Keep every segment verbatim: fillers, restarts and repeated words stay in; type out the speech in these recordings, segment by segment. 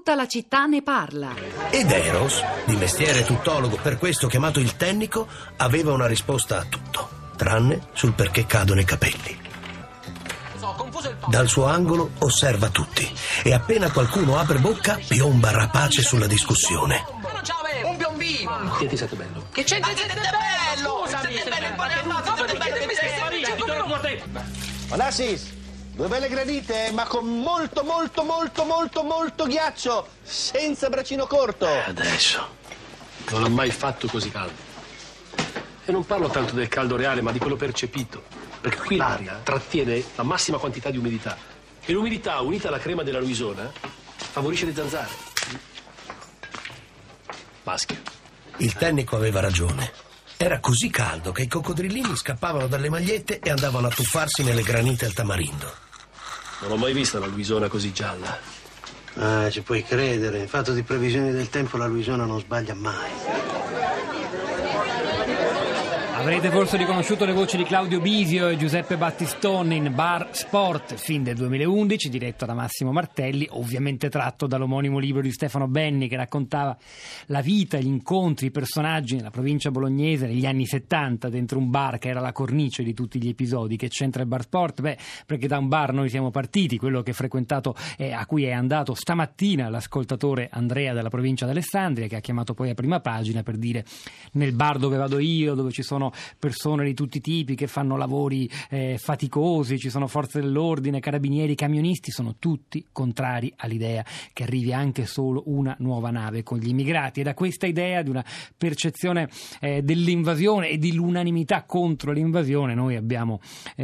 Tutta la città ne parla. Ed Eros, di mestiere tuttologo, per questo chiamato il tennico, aveva una risposta a tutto, tranne sul perché cadono i capelli. Dal suo angolo osserva tutti e appena qualcuno apre bocca piomba rapace sulla discussione. Un piombino! Che ti sente bello? Che c'entra il sette bello? Scusami, sette bello! Onassis, due belle granite, ma con molto, molto, molto, molto, molto ghiaccio, senza braccino corto. Adesso. Non ho mai fatto così caldo. E non parlo tanto del caldo reale, ma di quello percepito. Perché qui l'aria trattiene la massima quantità di umidità. E l'umidità, unita alla crema della Luisona, favorisce le zanzare. Maschio. Il tennico aveva ragione. Era così caldo che i coccodrillini scappavano dalle magliette e andavano a tuffarsi nelle granite al tamarindo. Non ho mai visto una Luisona così gialla. Ah, ci puoi credere. In fatto di previsioni del tempo la Luisona non sbaglia mai. Avrete forse riconosciuto le voci di Claudio Bisio e Giuseppe Battistone in Bar Sport, film del duemilaundici, diretto da Massimo Martelli, ovviamente tratto dall'omonimo libro di Stefano Benni che raccontava la vita, gli incontri, i personaggi nella provincia bolognese negli anni settanta dentro un bar che era la cornice di tutti gli episodi. Che c'entra il Bar Sport? Beh, perché da un bar noi siamo partiti, quello che è frequentato, eh, a cui è andato stamattina l'ascoltatore Andrea della provincia d'Alessandria, che ha chiamato poi a prima pagina per dire: nel bar dove vado io, dove ci sono persone di tutti i tipi che fanno lavori eh, faticosi, ci sono forze dell'ordine, carabinieri, camionisti, sono tutti contrari all'idea che arrivi anche solo una nuova nave con gli immigrati. E da questa idea di una percezione eh, dell'invasione e di l'unanimità contro l'invasione noi abbiamo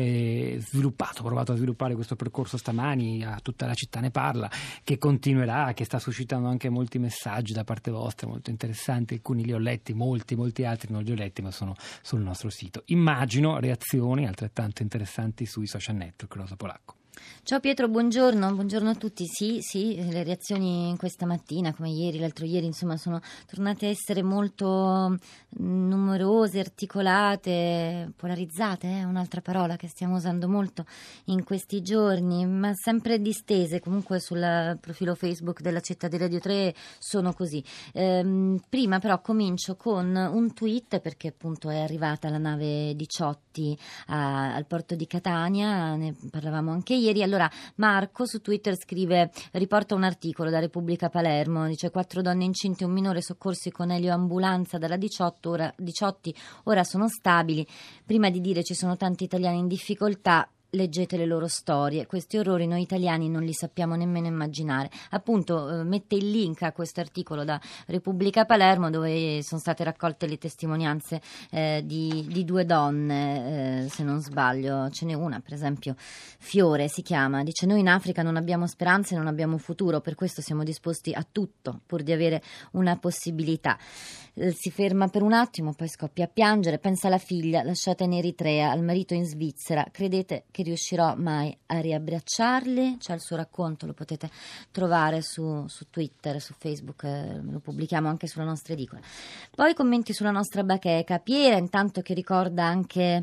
eh, sviluppato, provato a sviluppare questo percorso stamani a Tutta la città ne parla, che continuerà, che sta suscitando anche molti messaggi da parte vostra molto interessanti. Alcuni li ho letti, molti, molti altri non li ho letti, ma sono sul nostro sito. Immagino reazioni altrettanto interessanti sui social network. Rosa Polacco. Ciao Pietro, buongiorno, buongiorno a tutti. Sì, sì, le reazioni questa mattina, come ieri, l'altro ieri, insomma, sono tornate a essere molto numerose, articolate, polarizzate, è eh? un'altra parola che stiamo usando molto in questi giorni, ma sempre distese. Comunque sul profilo Facebook della Città di Radio tre sono così. Ehm, prima però comincio con un tweet, perché appunto è arrivata la nave Diciotti a, al porto di Catania, ne parlavamo anche ieri. Allora Marco su Twitter scrive, riporta un articolo da Repubblica Palermo, dice: quattro donne incinte e un minore soccorsi con elioambulanza dalla diciotto, ora, Diciotti ora sono stabili. Prima di dire ci sono tanti italiani in difficoltà, leggete le loro storie. Questi orrori noi italiani non li sappiamo nemmeno immaginare. Appunto eh, mette il link a questo articolo da Repubblica Palermo, dove sono state raccolte le testimonianze eh, di, di due donne, eh, se non sbaglio ce n'è una, per esempio Fiore si chiama, dice: noi in Africa non abbiamo speranze, non abbiamo futuro, per questo siamo disposti a tutto pur di avere una possibilità. Eh, si ferma per un attimo, poi scoppia a piangere, pensa alla figlia lasciata in Eritrea, al marito in Svizzera. Credete che riuscirò mai a riabbracciarli? C'è il suo racconto, lo potete trovare su, su Twitter, su Facebook, eh, lo pubblichiamo anche sulla nostra edicola. Poi commenti sulla nostra bacheca. Piera intanto che ricorda anche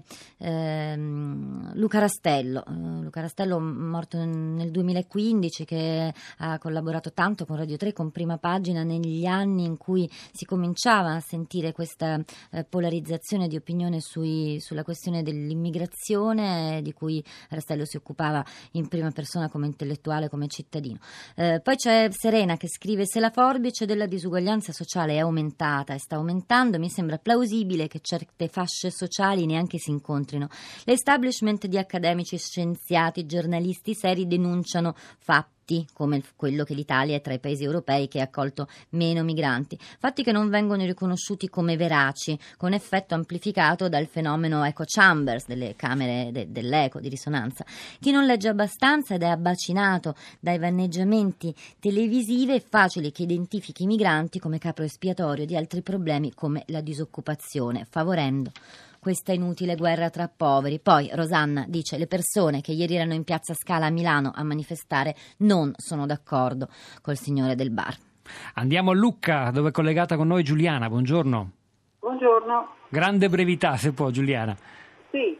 ehm, Luca Rastello, uh, Luca Rastello morto nel duemilaquindici, che ha collaborato tanto con Radio tre, con Prima Pagina, negli anni in cui si cominciava a sentire questa eh, polarizzazione di opinione sui, sulla questione dell'immigrazione, di cui Rastello si occupava in prima persona come intellettuale, come cittadino. Eh, poi c'è Serena che scrive: se la forbice della disuguaglianza sociale è aumentata e sta aumentando, mi sembra plausibile che certe fasce sociali neanche si incontrino. L'establishment di accademici, scienziati, giornalisti seri denunciano fatti come quello che l'Italia è tra i paesi europei che ha accolto meno migranti, fatti che non vengono riconosciuti come veraci, con effetto amplificato dal fenomeno echo chambers, delle camere de- dell'eco, di risonanza. Chi non legge abbastanza ed è abbacinato dai vanneggiamenti televisivi, è facile che identifichi i migranti come capro espiatorio di altri problemi come la disoccupazione, favorendo questa inutile guerra tra poveri. Poi Rosanna dice: le persone che ieri erano in piazza Scala a Milano a manifestare non sono d'accordo col signore del bar. Andiamo a Lucca, dove è collegata con noi Giuliana. Buongiorno. Buongiorno. Grande brevità, se può, Giuliana. Sì, eh,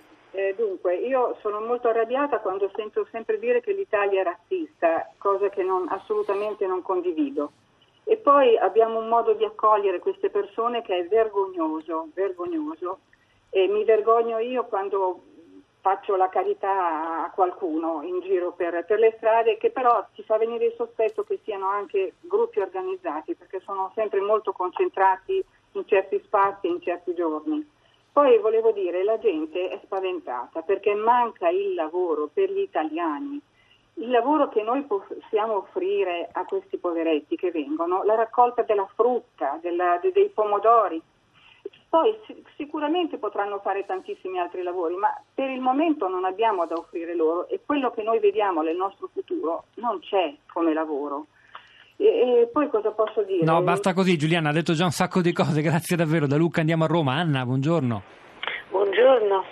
Eh, dunque, io sono molto arrabbiata quando sento sempre dire che l'Italia è razzista, cosa che non, assolutamente non condivido. E poi abbiamo un modo di accogliere queste persone che è vergognoso, vergognoso. E mi vergogno io quando faccio la carità a qualcuno in giro per, per le strade, che però ti fa venire il sospetto che siano anche gruppi organizzati, perché sono sempre molto concentrati in certi spazi e in certi giorni. Poi volevo dire, la gente è spaventata perché manca il lavoro per gli italiani. Il lavoro che noi possiamo offrire a questi poveretti che vengono, la raccolta della frutta, della, de, dei pomodori. Poi sicuramente potranno fare tantissimi altri lavori, ma per il momento non abbiamo da offrire loro e quello che noi vediamo nel nostro futuro non c'è come lavoro. E, e poi cosa posso dire? No, basta così, Giuliana, ha detto già un sacco di cose, grazie davvero. Da Lucca andiamo a Roma. Anna, buongiorno. Buongiorno.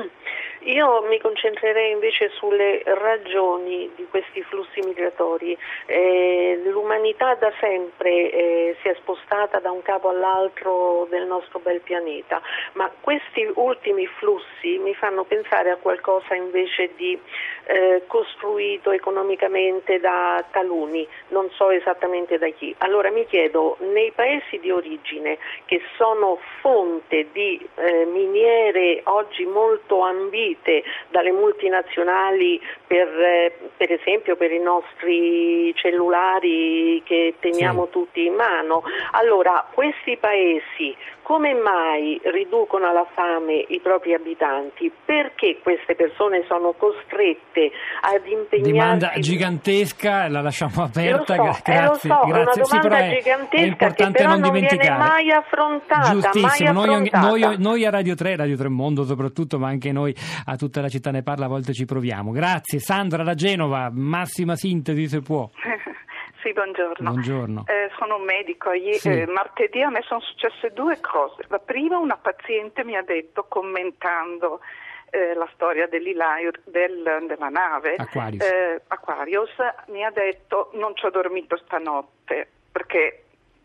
Io mi concentrerei invece sulle ragioni di questi flussi migratori. Eh, l'umanità da sempre eh, si è spostata da un capo all'altro del nostro bel pianeta, ma questi ultimi flussi mi fanno pensare a qualcosa invece di eh, costruito economicamente da taluni, non so esattamente da chi. Allora mi chiedo, nei paesi di origine che sono fonte di eh, miniere oggi molto ambite dalle multinazionali per, eh, per esempio per i nostri cellulari che teniamo sì. tutti in mano, allora questi paesi come mai riducono alla fame i propri abitanti? Perché queste persone sono costrette ad impegnarsi? Domanda gigantesca, la lasciamo aperta. Lo so, grazie, eh, lo so, grazie. una domanda sì, però è, gigantesca è importante che però non, non dimenticare. viene mai affrontata. Giustissimo, mai noi, affrontata. noi, noi a Radio tre, Radio tre Mondo soprattutto, ma anche noi a Tutta la città ne parla, a volte ci proviamo. Grazie. Sandra da Genova, massima sintesi se può. Sì, buongiorno. Buongiorno. Eh, sono un medico. Ieri, sì. eh, martedì a me sono successe due cose. La prima, una paziente mi ha detto, commentando eh, la storia dell'Ilaio, del, della nave Aquarius. Eh, Aquarius, mi ha detto non ci ho dormito stanotte perché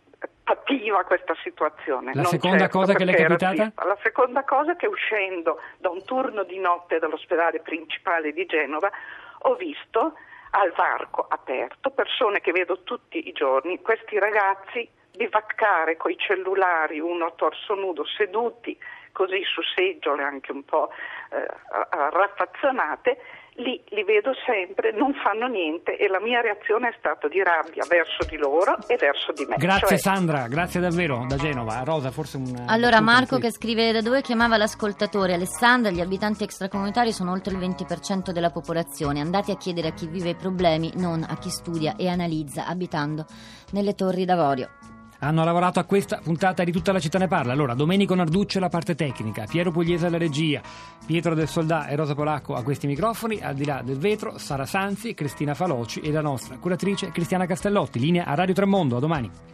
pativa questa situazione. La non seconda certo cosa che le è capitata? Razzista. La seconda cosa è che uscendo da un turno di notte dall'ospedale principale di Genova ho visto al varco aperto persone che vedo tutti i giorni, questi ragazzi bivaccare coi cellulari, uno a torso nudo, seduti così su seggiole anche un po' eh, raffazzonate. Lì li vedo sempre, non fanno niente e la mia reazione è stata di rabbia verso di loro e verso di me. Grazie cioè... Sandra, grazie davvero da Genova. Rosa, forse un... Allora Marco che scrive da dove chiamava l'ascoltatore: Alessandra, gli abitanti extracomunitari sono oltre il venti per cento della popolazione, andate a chiedere a chi vive i problemi, non a chi studia e analizza abitando nelle Torri d'Avorio. Hanno lavorato a questa puntata di Tutta la città ne parla. Allora, Domenico Narduccio alla parte tecnica, Piero Pugliese alla regia, Pietro del Soldà e Rosa Polacco a questi microfoni, al di là del vetro Sara Sanzi, Cristina Faloci e la nostra curatrice Cristiana Castellotti. Linea a Radio tre Mondo, a domani.